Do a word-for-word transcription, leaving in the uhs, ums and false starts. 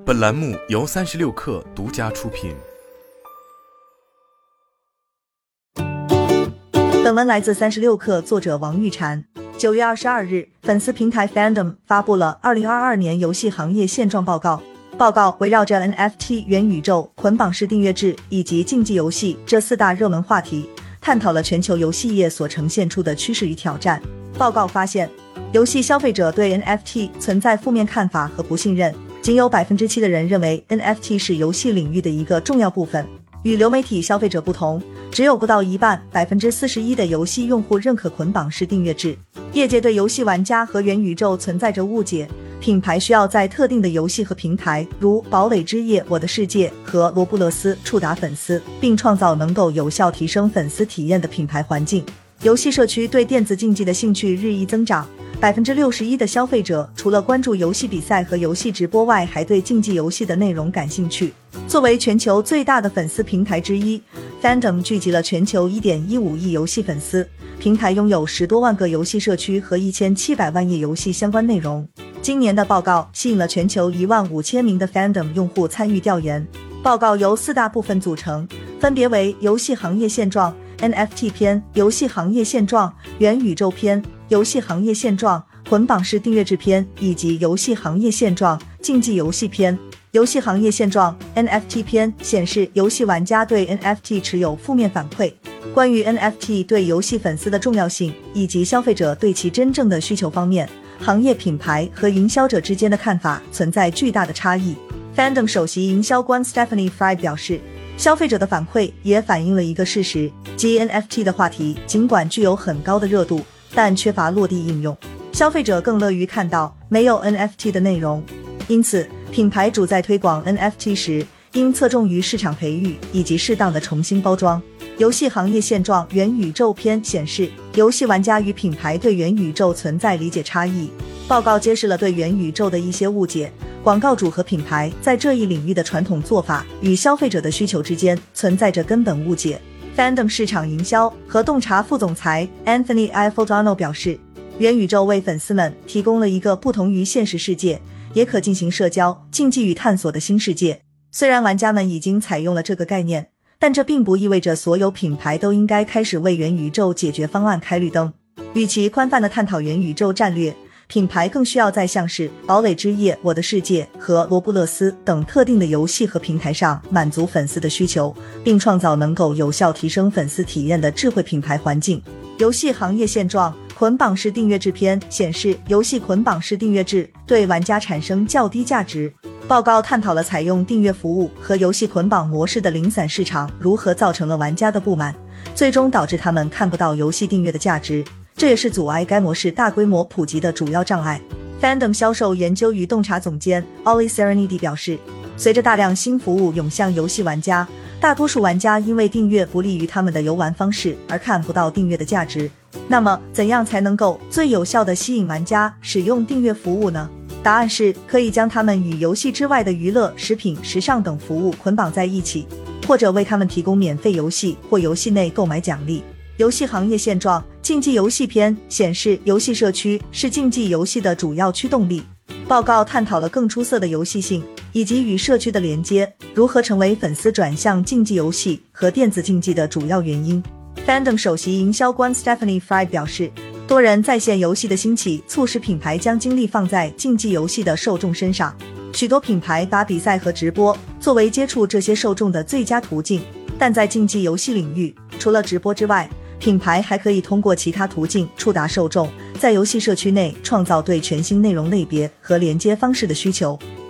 本栏目由三十六氪独家出品。 本文来自三十六氪，作者王玉婵。九月二十二日，粉丝平台 Fandom 发布了二零二二年游戏行业现状报告。报告围绕着 N F T、元宇宙、捆绑式订阅制以及竞技游戏这四大热门话题，探讨了全球游戏业所呈现出的趋势与挑战。报告发现，游戏消费者对 N F T 存在负面看法和不信任，仅有 百分之七 的人认为 N F T 是游戏领域的一个重要部分。与流媒体消费者不同，只有不到一半 百分之四十一 的游戏用户认可捆绑式订阅制。业界对游戏玩家和元宇宙存在着误解，品牌需要在特定的游戏和平台，如堡垒之夜、我的世界和罗布勒斯触达粉丝，并创造能够有效提升粉丝体验的品牌环境。游戏社区对电子竞技的兴趣日益增长， 百分之六十一 的消费者除了关注游戏比赛和游戏直播外，还对竞技游戏的内容感兴趣。作为全球最大的粉丝平台之一， Fandom 聚集了全球 一点一五亿游戏粉丝，平台拥有十多万个游戏社区和一千七百万页游戏相关内容。今年的报告吸引了全球一万五千名的 Fandom 用户参与调研。报告由四大部分组成，分别为游戏行业现状、N F T 篇、游戏行业现状、元宇宙篇、游戏行业现状、捆绑式订阅制篇以及游戏行业现状、竞技游戏篇。游戏行业现状 N F T 篇显示游戏玩家对 N F T 持有负面反馈，关于 N F T 对游戏粉丝的重要性以及消费者对其真正的需求方面，行业品牌和营销者之间的看法存在巨大的差异。 Fandom 首席营销官 Stephanie Fry 表示，消费者的反馈也反映了一个事实，即 N F T 的话题尽管具有很高的热度，但缺乏落地应用。消费者更乐于看到没有 N F T 的内容，因此品牌主在推广 N F T 时应侧重于市场培育以及适当的重新包装。游戏行业现状元宇宙篇显示，游戏玩家与品牌对元宇宙存在理解差异。报告揭示了对元宇宙的一些误解，广告主和品牌在这一领域的传统做法与消费者的需求之间存在着根本误解。 Fandom 市场营销和洞察副总裁 Anthony Iafodano 表示，元宇宙为粉丝们提供了一个不同于现实世界，也可进行社交、竞技与探索的新世界。虽然玩家们已经采用了这个概念，但这并不意味着所有品牌都应该开始为元宇宙解决方案开绿灯。与其宽泛地探讨元宇宙战略，品牌更需要在像是堡垒之夜、我的世界和罗布勒斯等特定的游戏和平台上满足粉丝的需求，并创造能够有效提升粉丝体验的智慧品牌环境。游戏行业现状捆绑式订阅制篇显示，游戏捆绑式订阅制对玩家产生较低价值。报告探讨了采用订阅服务和游戏捆绑模式的零散市场如何造成了玩家的不满，最终导致他们看不到游戏订阅的价值，这也是阻碍该模式大规模普及的主要障碍。 Fandom 销售研究与洞察总监 Ollie Serenity 表示，随着大量新服务涌向游戏玩家，大多数玩家因为订阅不利于他们的游玩方式而看不到订阅的价值。那么怎样才能够最有效地吸引玩家使用订阅服务呢？答案是可以将他们与游戏之外的娱乐、食品、时尚等服务捆绑在一起，或者为他们提供免费游戏或游戏内购买奖励。游戏行业现状竞技游戏篇显示，游戏社区是竞技游戏的主要驱动力。报告探讨了更出色的游戏性以及与社区的连接如何成为粉丝转向竞技游戏和电子竞技的主要原因。 Fandom 首席营销官 Stephanie Fry 表示，多人在线游戏的兴起促使品牌将精力放在竞技游戏的受众身上，许多品牌把比赛和直播作为接触这些受众的最佳途径，但在竞技游戏领域，除了直播之外，品牌还可以通过其他途径触达受众，在游戏社区内创造对全新内容类别和连接方式的需求。